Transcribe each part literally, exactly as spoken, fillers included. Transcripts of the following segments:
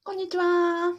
こんにちは。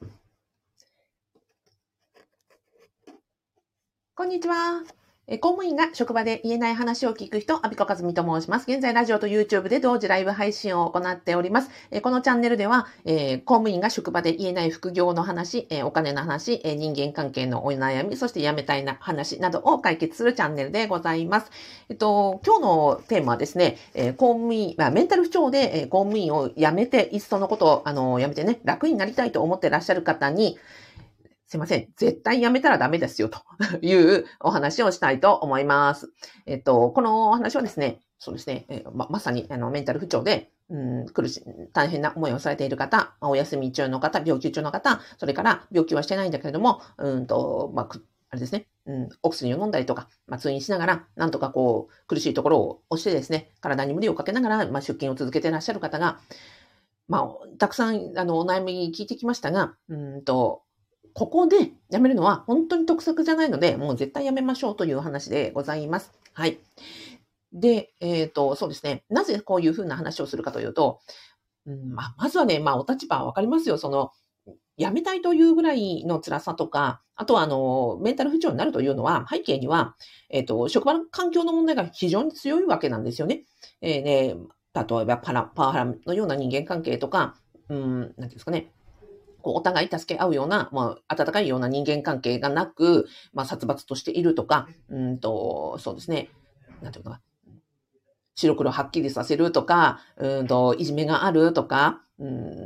こんにちは。え公務員が職場で言えない話を聞く人、阿比子和美と申します。現在、ラジオと YouTube で同時ライブ配信を行っております。えこのチャンネルでは、えー、公務員が職場で言えない副業の話、えー、お金の話、えー、人間関係のお悩み、そして辞めたいな話などを解決するチャンネルでございます。えっと、今日のテーマはですね、えー、公務員、まあ、メンタル不調で、えー、公務員を辞めて、いっそのことを、あの、辞めてね、楽になりたいと思っていらっしゃる方に、すいません。絶対やめたらダメですよ、というお話をしたいと思います。えっと、このお話はですね、そうですね、えままさにあのメンタル不調で、うん、苦しい、大変な思いをされている方、お休み中の方、病気中の方、それから病気はしてないんだけれども、うんと、まあ、あれですね、うん、お薬を飲んだりとか、まあ、通院しながら、なんとかこう、苦しいところを押してですね、体に無理をかけながら、まあ、出勤を続けていらっしゃる方が、まあ、たくさん、あの、お悩み聞いてきましたが、うんと、ここで辞めるのは本当に得策じゃないので、もう絶対辞めましょうという話でございます。はい。で、えっと、そうですね。なぜこういうふうな話をするかというと、うん、まあ、まずはね、まあ、お立場はわかりますよ。その、辞めたいというぐらいの辛さとか、あとは、あの、メンタル不調になるというのは、背景には、えっと、職場の環境の問題が非常に強いわけなんですよね。えーね、例えばパラ、パワハラのような人間関係とか、うん、なんていうんですかね。こうお互い助け合うような、まあ、温かいような人間関係がなく、まあ、殺伐としているとか、うんと、そうですね。なんていうのかな。白黒はっきりさせるとか、うんと、いじめがあるとか、うん、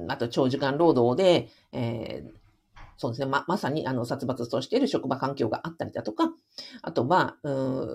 あと長時間労働で、えーそうですね。ま、まさに、あの、殺伐としている職場環境があったりだとか、あとは、うん、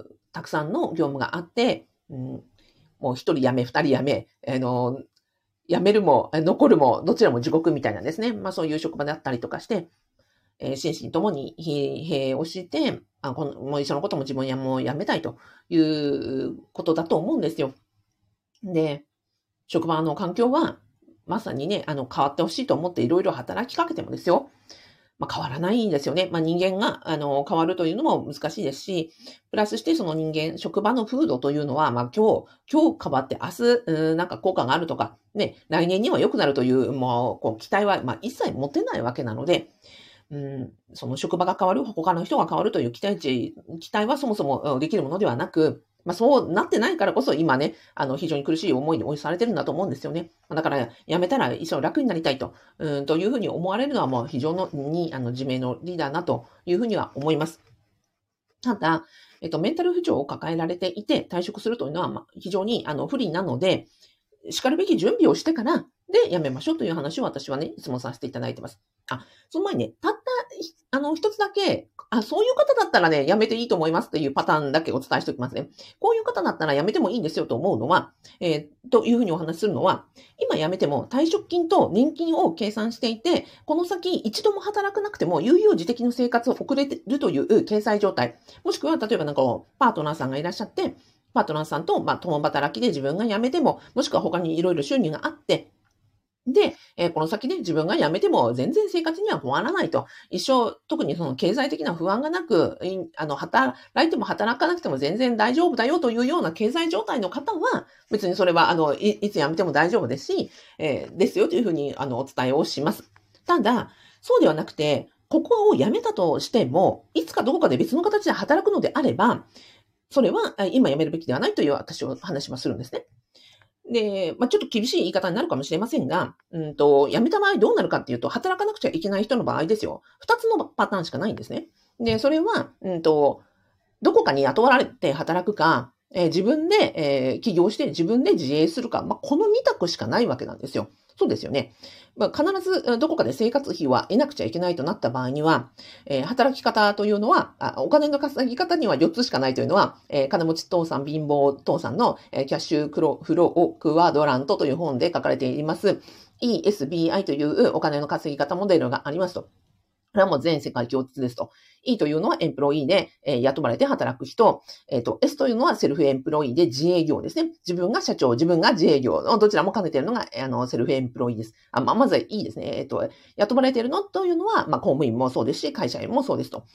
たくさんの業務があって、うん、もう一人辞め、二人辞め、あの、辞めるも、残るも、どちらも地獄みたいなんですね。まあそういう職場であったりとかして、えー心身ともに疲弊をして、あこのもう一緒のことも自分やもう辞めたいということだと思うんですよ。で、職場の環境は、まさにね、あの、変わってほしいと思っていろいろ働きかけてもですよ。まあ、変わらないんですよね。まあ、人間が、あの、変わるというのも難しいですし、プラスしてその人間、職場の風土というのは、まあ、今日、今日変わって明日、うんなんか効果があるとか、ね、来年には良くなるという、もう、こう、期待は、まあ、一切持てないわけなので、うん、その職場が変わる、他の人が変わるという期待値、期待はそもそもできるものではなく、まあ、そうなってないからこそ今ね、あの、非常に苦しい思いにされてるんだと思うんですよね。だから、辞めたら一生楽になりたいと、うん、というふうに思われるのはもう非常に、あの、自明の理だなというふうには思います。ただ、えっと、メンタル不調を抱えられていて退職するというのは、まあ、非常に、あの、不利なので、叱るべき準備をしてから、で、やめましょうという話を私はね、いつもさせていただいてます。あ、その前にね、たった、あの、一つだけ、あ、そういう方だったらね、やめていいと思いますっていうパターンだけお伝えしておきますね。こういう方だったらやめてもいいんですよと思うのは、えー、というふうにお話しするのは、今やめても退職金と年金を計算していて、この先一度も働かなくても悠々自適の生活を送れてるという経済状態、もしくは例えばなんかパートナーさんがいらっしゃって、パートナーさんと、まあ、共働きで自分が辞めても、もしくは他にいろいろ収入があって、で、えーこの先で自分が辞めても全然生活には困らないと。一生、特にその経済的な不安がなく、いあの、働いても働かなくても全然大丈夫だよというような経済状態の方は、別にそれは、あの、いいつ辞めても大丈夫ですし、えーですよというふうに、あの、お伝えをします。ただ、そうではなくて、ここを辞めたとしても、いつかどこかで別の形で働くのであれば、それはあ今辞めるべきではないという私は話はするんですね。で、まあ、ちょっと厳しい言い方になるかもしれませんが、うんと、辞めた場合どうなるかっていうと、働かなくちゃいけない人の場合ですよ。二つのパターンしかないんですね。で、それは、うんと、どこかに雇われて働くか、えー自分で、えー起業して自分で自営するか、まあ、この二択しかないわけなんですよ。そうですよね。まあ、必ずえーどこかで生活費は得なくちゃいけないとなった場合には、えー働き方というのはあ、お金の稼ぎ方にはよっつしかないというのは、えー金持ち父さん、貧乏父さんの、えーキャッシュクロフロークワドラントという本で書かれています。イーエスビーアイ というお金の稼ぎ方モデルがありますと。これはもう全世界共通ですと。E というのはエンプロイーで、えー雇われて働く人。えっ、と、S というのはセルフエンプロイーで自営業ですね。自分が社長、自分が自営業のどちらも兼ねているのが、あの、セルフエンプロイーです。あまあ、まずはいいですね。えっ、と、雇われているのというのは、まあ、公務員もそうですし、会社員もそうですと。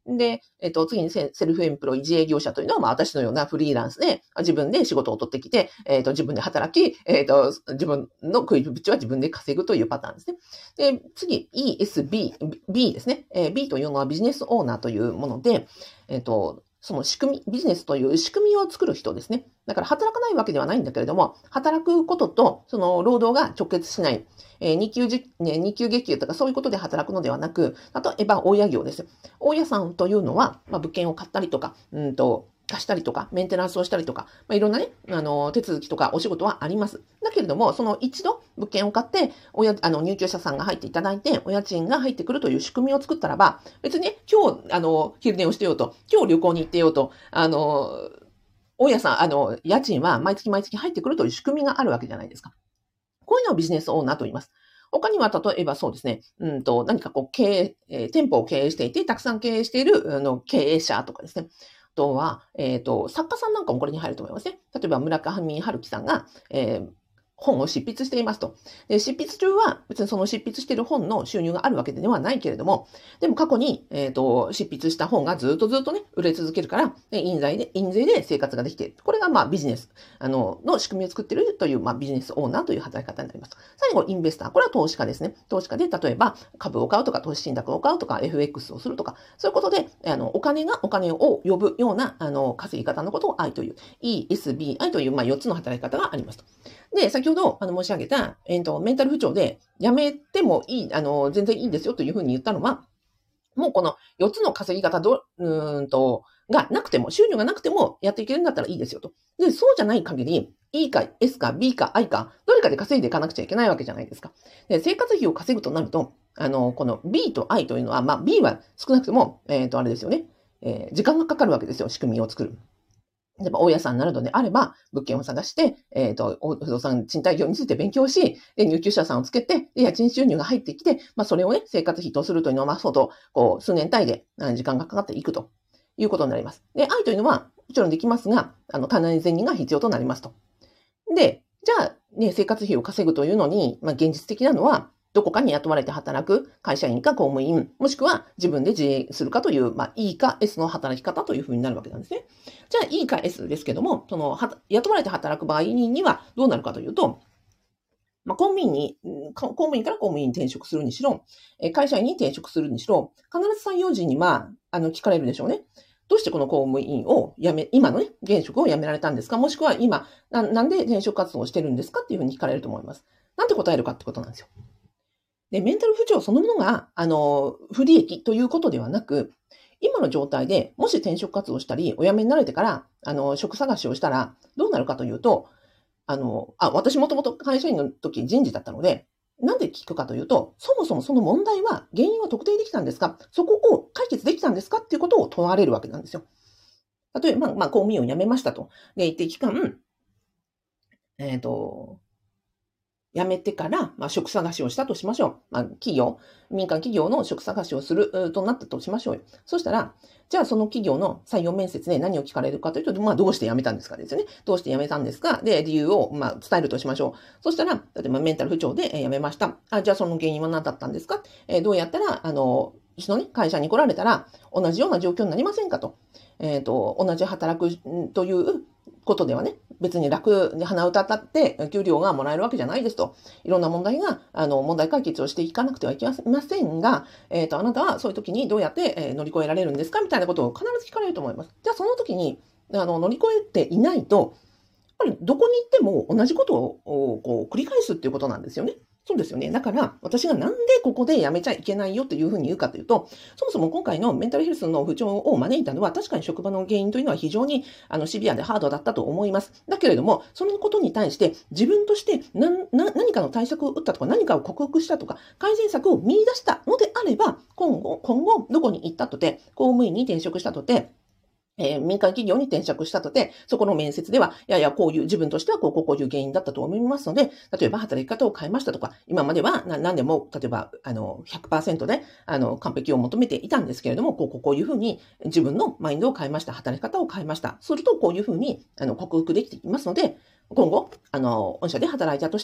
で、えっと、次にセセルフエンプロイ自営業者というのは、まあ、私のようなフリーランスで、自分で仕事を取ってきて、えっと、自分で働き、えっと、自分の食い口は自分で稼ぐというパターンですね。で、次、イーエスビー、B ですね。えー B というのはビジネスオーナーというもので、えっと、その仕組み、ビジネスという仕組みを作る人ですね。だから働かないわけではないんだけれども、働くこととその労働が直結しない、えー、二級じ、ね、二級月給とかそういうことで働くのではなく、例えば大家業です。大家さんというのは、まあ、物件を買ったりとか、うんと、貸したりとか、メンテナンスをしたりとか、まあ、いろんなね、あの、手続きとかお仕事はあります。だけれども、その一度物件を買って、おや、あの、入居者さんが入っていただいて、お家賃が入ってくるという仕組みを作ったらば、別にね、今日、あの、昼寝をしてようと、今日旅行に行ってようと、あの、大家さん、あの、家賃は毎月毎月入ってくるという仕組みがあるわけじゃないですか。こういうのをビジネスオーナーと言います。他には、例えばそうですね、うんと、何かこう、経営、えー店舗を経営していて、たくさん経営している、あの、経営者とかですね。あとは、えっと、作家さんなんかもこれに入ると思いますね。例えば、村上春樹さんが、えー本を執筆していますと。で、執筆中は別にその執筆している本の収入があるわけではないけれども、でも過去に、えっと、執筆した本がずっとずっとね、売れ続けるから、で印税で、印税で生活ができている。これがまあビジネス、あの、の仕組みを作っているという、まあビジネスオーナーという働き方になります。最後、インベスター。これは投資家ですね。投資家で、例えば株を買うとか、投資信託を買うとか、エフエックス をするとか、そういうことで、あの、お金がお金を呼ぶような、あの、稼ぎ方のことを I という、イーエスビーアイ という、まあよっつの働き方がありますと。で、先ほどあの申し上げた、えーと、メンタル不調で辞めてもいい、あの、全然いいんですよというふうに言ったのは、もうこのよっつの稼ぎ方ど、うーんと、がなくても、収入がなくてもやっていけるんだったらいいですよと。で、そうじゃない限り、E か S か B か I か、どれかで稼いでいかなくちゃいけないわけじゃないですか。で、生活費を稼ぐとなると、あの、この B と I というのは、まあ B は少なくとも、えっと、あれですよね。えー時間がかかるわけですよ、仕組みを作る。例えば、大家さんになるのであれば、物件を探して、えっと、お不動産賃貸業について勉強し、で、入居者さんをつけて、で、家賃収入が入ってきて、まあ、それをね、生活費とするというのは、まあ、そうと、こう、数年単位であ時間がかかっていくということになります。で、愛というのは、もちろんできますが、あの、棚に前任が必要となりますと。で、じゃあ、ね、生活費を稼ぐというのに、まあ、現実的なのは、どこかに雇われて働く会社員か公務員、もしくは自分で自営するかという、まあ、E か S の働き方というふうになるわけなんですね。じゃあ E か S ですけども、その、は雇われて働く場合にはどうなるかというと、まあ、公務員に、うん公務員から公務員に転職するにしろ、えー会社員に転職するにしろ、必ず採用時には、あの、聞かれるでしょうね。どうしてこの公務員を辞め、今のね、現職を辞められたんですか、もしくは今な、なんで転職活動をしてるんですかっていうふうに聞かれると思います。なんて答えるかってことなんですよ。で、メンタル不調そのものが、あの、不利益ということではなく、今の状態でもし転職活動したり、お辞めになられてから、あの、職探しをしたら、どうなるかというと、あの、あ、私もともと会社員の時人事だったので、なんで聞くかというと、そもそもその問題は、原因は特定できたんですか、そこを解決できたんですかっていうことを問われるわけなんですよ。例えば、まあ、まあ、公務員を辞めましたと。で、一定期間、えっと、辞めてから、まあ、職探しをしたとしましょう。まあ、企業、民間企業の職探しをするうとなったとしましょうよ。そしたら、じゃあその企業の採用面接で何を聞かれるかというと、まあ、どうして辞めたんですかですよね。どうして辞めたんですかで、理由を、まあ、伝えるとしましょう。そしたら、例えばメンタル不調でえー辞めました。あ、じゃあその原因は何だったんですか、えーどうやったら、あの、うちのね、会社に来られたら、同じような状況になりませんかと。えっと、同じ働くんということではね、別に楽に鼻歌歌って給料がもらえるわけじゃないですと。いろんな問題が、あの、問題解決をしていかなくてはいけませんが、えっと、あなたはそういう時にどうやってえー乗り越えられるんですかみたいなことを必ず聞かれると思います。じゃあその時に、あの、乗り越えていないと、やっぱりどこに行っても同じことをこう繰り返すっていうことなんですよね。そうですよね。だから、私がなんでここでやめちゃいけないよというふうに言うかというと、そもそも今回のメンタルヘルスの不調を招いたのは、確かに職場の原因というのは非常にあのシビアでハードだったと思います。だけれども、そのことに対して自分として何何かの対策を打ったとか、何かを克服したとか、改善策を見出したのであれば、今後、今後、どこに行ったとて、公務員に転職したとて、えー民間企業に転職したとて、そこの面接では、いやいや、こういう、自分としてはこう、こうこういう原因だったと思いますので、例えば働き方を変えましたとか、今まではな何でも、例えば、あの、ひゃくパーセントで、あの、完璧を求めていたんですけれども、こう、こうこういうふうに自分のマインドを変えました、働き方を変えました。すると、こういうふうに、あの、克服できていきますので、今後、あの、御社で働いたとしても、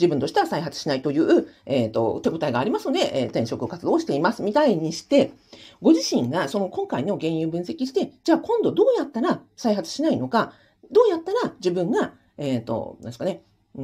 自分としては再発しないという、えっと、手応えがありますので、えー転職活動をしていますみたいにして、ご自身がその今回の原因を分析して、じゃあ今度どうやったら再発しないのか、どうやったら自分が、えっと、なんですかね、うん、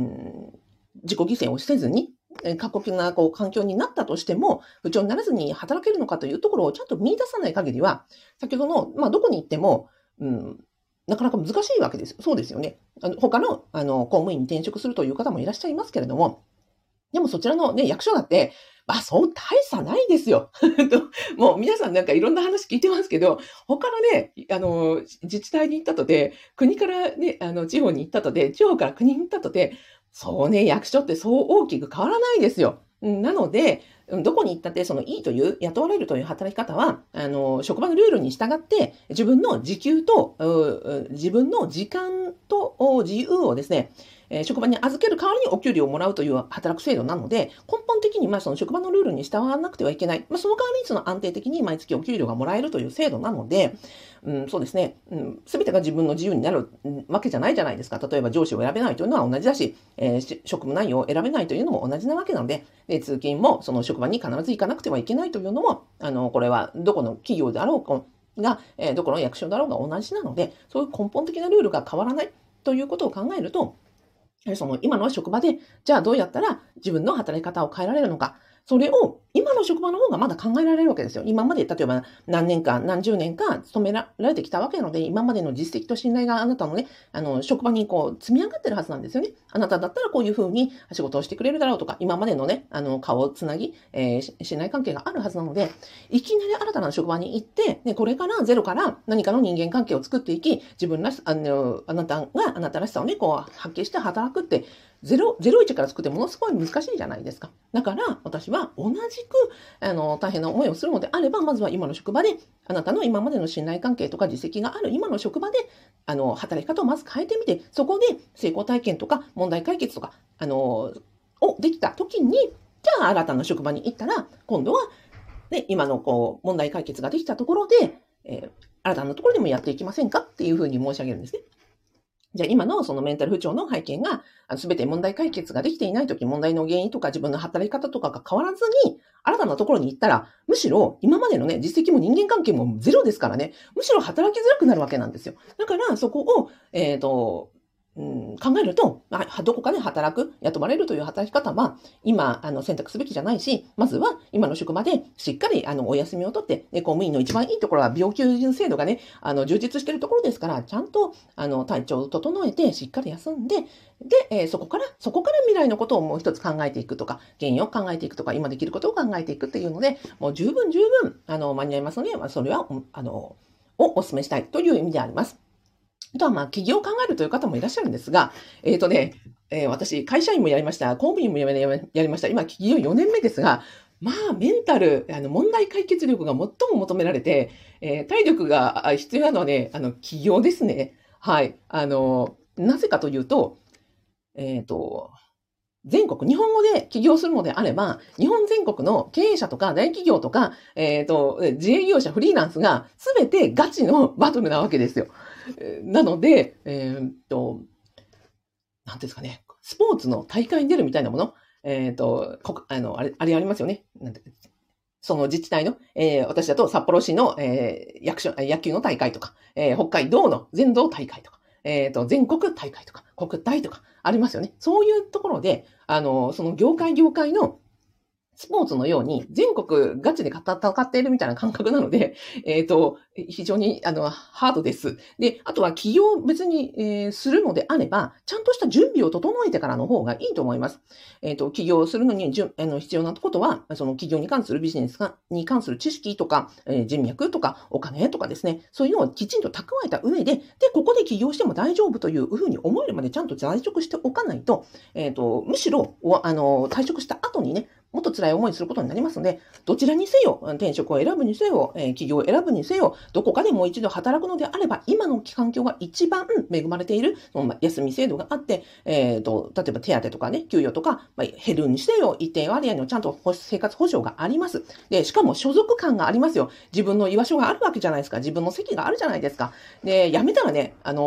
自己犠牲をせずに、えー過酷なこう環境になったとしても、不調にならずに働けるのかというところをちゃんと見出さない限りは、先ほどの、まあ、どこに行っても、うん、なかなか難しいわけです。そうですよね。あの他のあの公務員に転職するという方もいらっしゃいますけれども、でもそちらのね、役所だって、まあ、そう大差ないですよ。もう皆さんなんかいろんな話聞いてますけど、他のね、あの、自治体に行ったとて、国からね、あの、地方に行ったとて、地方から国に行ったとて、そうね、役所ってそう大きく変わらないですよ。うんなので、うんどこに行ったって、そのいいという、雇われるという働き方は、あの、職場のルールに従って、自分の時給と、うう自分の時間とお自由をですね、えー職場に預ける代わりにお給料をもらうという働く制度なので、根本的にまあその職場のルールに従わなくてはいけない。まあ、その代わりにその安定的に毎月お給料がもらえるという制度なので、うん、そうですね、うん、全てが自分の自由になるうんわけじゃないじゃないですか。例えば上司を選べないというのは同じだし、えーし職務内容を選べないというのも同じなわけなので、で通勤もその職場に必ず行かなくてはいけないというのも、あのこれはどこの企業であろうかが、えーどこの役所だろうが同じなので、そういう根本的なルールが変わらないということを考えると、その今の職場で、じゃあどうやったら自分の働き方を変えられるのか。それを今の職場の方がまだ考えられるわけですよ。今まで例えば何年間、何十年か勤められてきたわけなので、今までの実績と信頼があなたのね、あの、職場にこう積み上がってるはずなんですよね。あなただったらこういうふうに仕事をしてくれるだろうとか、今までのね、あの、顔をつなぎ、えー信頼関係があるはずなので、いきなり新たな職場に行って、ね、これからゼロから何かの人間関係を作っていき、自分らし、あの、あなたがあなたらしさをね、こう発揮して働くって、ゼロ、ゼロイチから作ってものすごい難しいじゃないですか。だから私は同じくあの大変な思いをするのであれば、まずは今の職場で、あなたの今までの信頼関係とか実績がある今の職場で、あの働き方をまず変えてみて、そこで成功体験とか問題解決とか、あのをできた時に、じゃあ新たな職場に行ったら、今度は、ね、今のこう問題解決ができたところで、えー新たなところでもやっていきませんかっていうふうに申し上げるんですね。じゃあ今のそのメンタル不調の背景が、すべて問題解決ができていないとき、問題の原因とか自分の働き方とかが変わらずに、新たなところに行ったら、むしろ今までのね、実績も人間関係もゼロですからね、むしろ働きづらくなるわけなんですよ。だからそこを、えっと、うん、考えると、まあ、どこかで働く、雇われるという働き方は、今、あの、選択すべきじゃないし、まずは、今の職場で、しっかり、あの、お休みを取って、で、公務員の一番いいところは、病休制度がね、あの、充実しているところですから、ちゃんと、あの、体調を整えて、しっかり休んで、で、えーそこから、そこから未来のことをもう一つ考えていくとか、原因を考えていくとか、今できることを考えていくっていうので、もう十分十分、あの、間に合いますので、まあ、それは、あの、をお勧めしたいという意味であります。あとは、まあ、起業を考えるという方もいらっしゃるんですが、えっとね、えー私、会社員もやりました、公務員もやりやりました、今、起業よねんめですが、まあ、メンタル、あの、問題解決力が最も求められて、えー体力があ必要なのはね、あの、起業ですね。はい。あの、なぜかというと、えっと、全国、日本語で起業するのであれば、日本全国の経営者とか大企業とか、えっと、自営業者、フリーランスが全てガチのバトルなわけですよ。えーなので、えーっと、なんていうんですかね、スポーツの大会に出るみたいなもの、えーっと、こあの、あれ、あれありますよね。なんてその自治体の、えー私だと札幌市の、えー役所、野球の大会とか、えー北海道の全道大会とか、えっと、全国大会とか、国体とかありますよね。そういうところで、あの、その業界業界のスポーツのように全国ガチで戦っているみたいな感覚なので、えっと、非常にあのハードです。で、あとは起業を別に、えーするのであれば、ちゃんとした準備を整えてからの方がいいと思います。えっと、起業をするのにじゅあの必要なことは、その起業に関するビジネスに関する知識とか、えー人脈とか、お金とかですね、そういうのをきちんと蓄えた上で、で、ここで起業しても大丈夫というふうに思えるまでちゃんと在職しておかないと、えっと、むしろ、あの、退職した後にね、もっと辛い思いすることになりますので、どちらにせよ、転職を選ぶにせよ、えー企業を選ぶにせよ、どこかでもう一度働くのであれば、今の環境が一番恵まれている、その休み制度があって、えーと、例えば手当とかね、給与とか、まあ、減るにせよ、一定割合のちゃんと生活保障があります。で、しかも所属感がありますよ。自分の居場所があるわけじゃないですか。自分の席があるじゃないですか。で、辞めたらね、あの、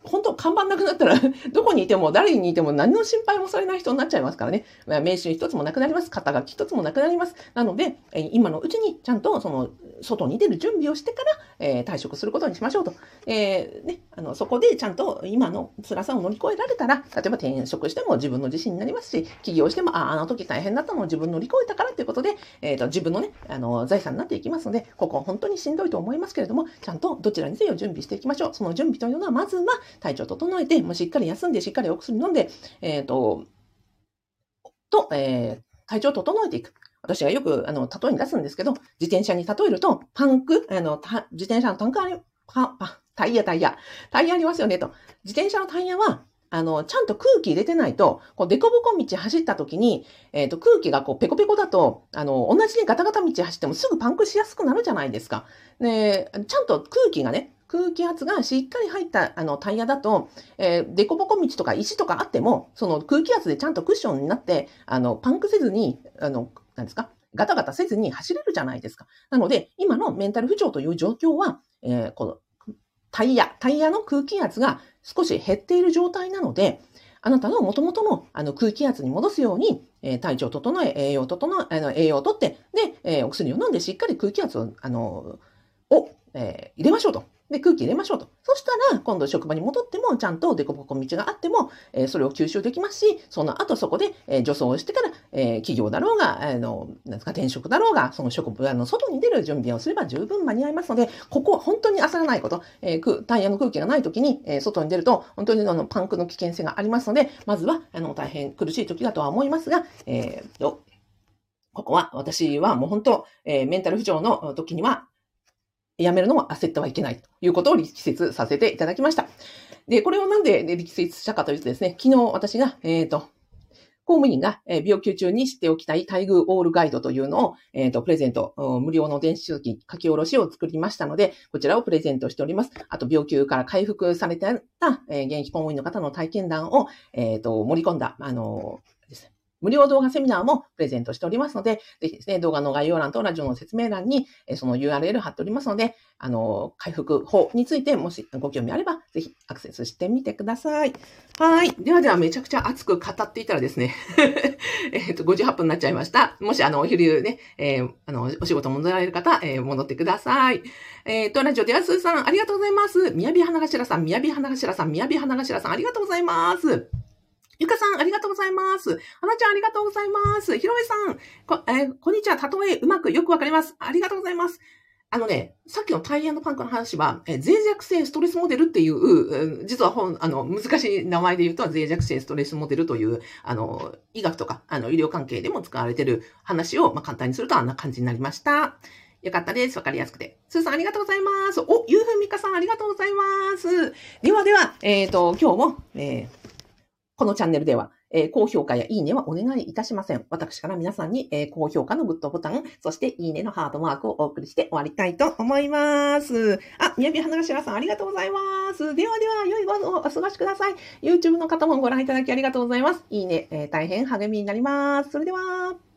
本当、看板なくなったら、どこにいても、誰にいても、何の心配もされない人になっちゃいますからね。名刺一つもなくなります。肩書き一つもなくなります。なので、今のうちにちゃんと、その、外に出る準備をしてから、えー、退職することにしましょうと。えー、ね、あの、そこでちゃんと今の辛さを乗り越えられたら、例えば転職しても自分の自信になりますし、起業しても、ああ、あの時大変だったのを自分乗り越えたからということで、えっと、自分のね、あの、財産になっていきますので、ここは本当にしんどいと思いますけれども、ちゃんとどちらにせよ準備していきましょう。その準備というのは、まずは体調を整えて、もうしっかり休んで、しっかりお薬飲んで、えっと、と、えー、体調を整えていく。私がよく、あの、例えに出すんですけど、自転車に例えると、パンク、あの、自転車のタンクあり、パ、パ、タイヤ、タイヤ。タイヤありますよね、と。自転車のタイヤは、あの、ちゃんと空気入れてないと、こう、デコボコ道走った時に、えっと、空気がこう、ペコペコだと、あの、同じね、ガタガタ道走ってもすぐパンクしやすくなるじゃないですか。ね、ちゃんと空気がね、空気圧がしっかり入ったあのタイヤだと、えー、デコボコ道とか石とかあっても、その空気圧でちゃんとクッションになって、あの、パンクせずに、あの、なんですか、ガタガタせずに走れるじゃないですか。なので、今のメンタル不調という状況は、えー、このタイヤ、タイヤの空気圧が少し減っている状態なので、あなたの元々のあの空気圧に戻すように、えー、体調を整え、栄養を整え、あの栄養をとって、で、えー、お薬を飲んでしっかり空気圧を、あの、を、えー、入れましょうと。で、空気入れましょうと。そしたら、今度職場に戻っても、ちゃんとデコボコ道があっても、えー、それを吸収できますし、その後そこで、えー、助走をしてから、えー、企業だろうが、あの、なんですか、転職だろうが、その職場の外に出る準備をすれば十分間に合いますので、ここは本当に焦らないこと、えー、タイヤの空気がない時に、えー、外に出ると、本当にあのパンクの危険性がありますので、まずは、あの、大変苦しい時だとは思いますが、えー、と、ここは私はもう本当、えー、メンタル不調の時には、やめるのは焦ってはいけないということを力説させていただきました。で、これをなんで力説したかというとですね、昨日私が、えっと、公務員が病休中に知っておきたい待遇オールガイドというのを、えっと、プレゼント、無料の電子書籍書き下ろしを作りましたので、こちらをプレゼントしております。あと、病休から回復された、えー、現役公務員の方の体験談を、えっと、盛り込んだ、あのー、ですね。無料動画セミナーもプレゼントしておりますので、ぜひですね、動画の概要欄とラジオの説明欄に、その ユーアールエル 貼っておりますので、あの、回復法について、もしご興味あれば、ぜひアクセスしてみてください。はい。ではでは、めちゃくちゃ熱く語っていたらですね、えっと、ごじゅうはっぷんになっちゃいました。もし、あの、お昼ね、えー、あの、お仕事戻られる方、えー、戻ってください。えっと、ラジオではすーさん、ありがとうございます。みやび花頭さん、みやび花頭さん、みやび花頭さん、ありがとうございます。ゆかさん、ありがとうございます。はなちゃん、ありがとうございます。ひろえさん、こ、えー、こんにちは。たとえうまくよくわかります。ありがとうございます。あのね、さっきのタイヤのパンクの話は、えー、脆弱性ストレスモデルっていう、実は本、あの、難しい名前で言うと、脆弱性ストレスモデルという、あの、医学とか、あの、医療関係でも使われている話を、まあ、簡単にするとあんな感じになりました。よかったです。わかりやすくて。スーさん、ありがとうございます。お、ゆうふみかさん、ありがとうございます。ではでは、えっと、今日も、えー、このチャンネルでは、えー、高評価やいいねはお願いいたしません。私から皆さんに、えー、高評価のグッドボタン、そしていいねのハートマークをお送りして終わりたいと思います。あ、みやび花頭さんありがとうございます。ではでは、良い午後をお過ごしください。YouTube の方もご覧いただきありがとうございます。いいね、えー、大変励みになります。それでは。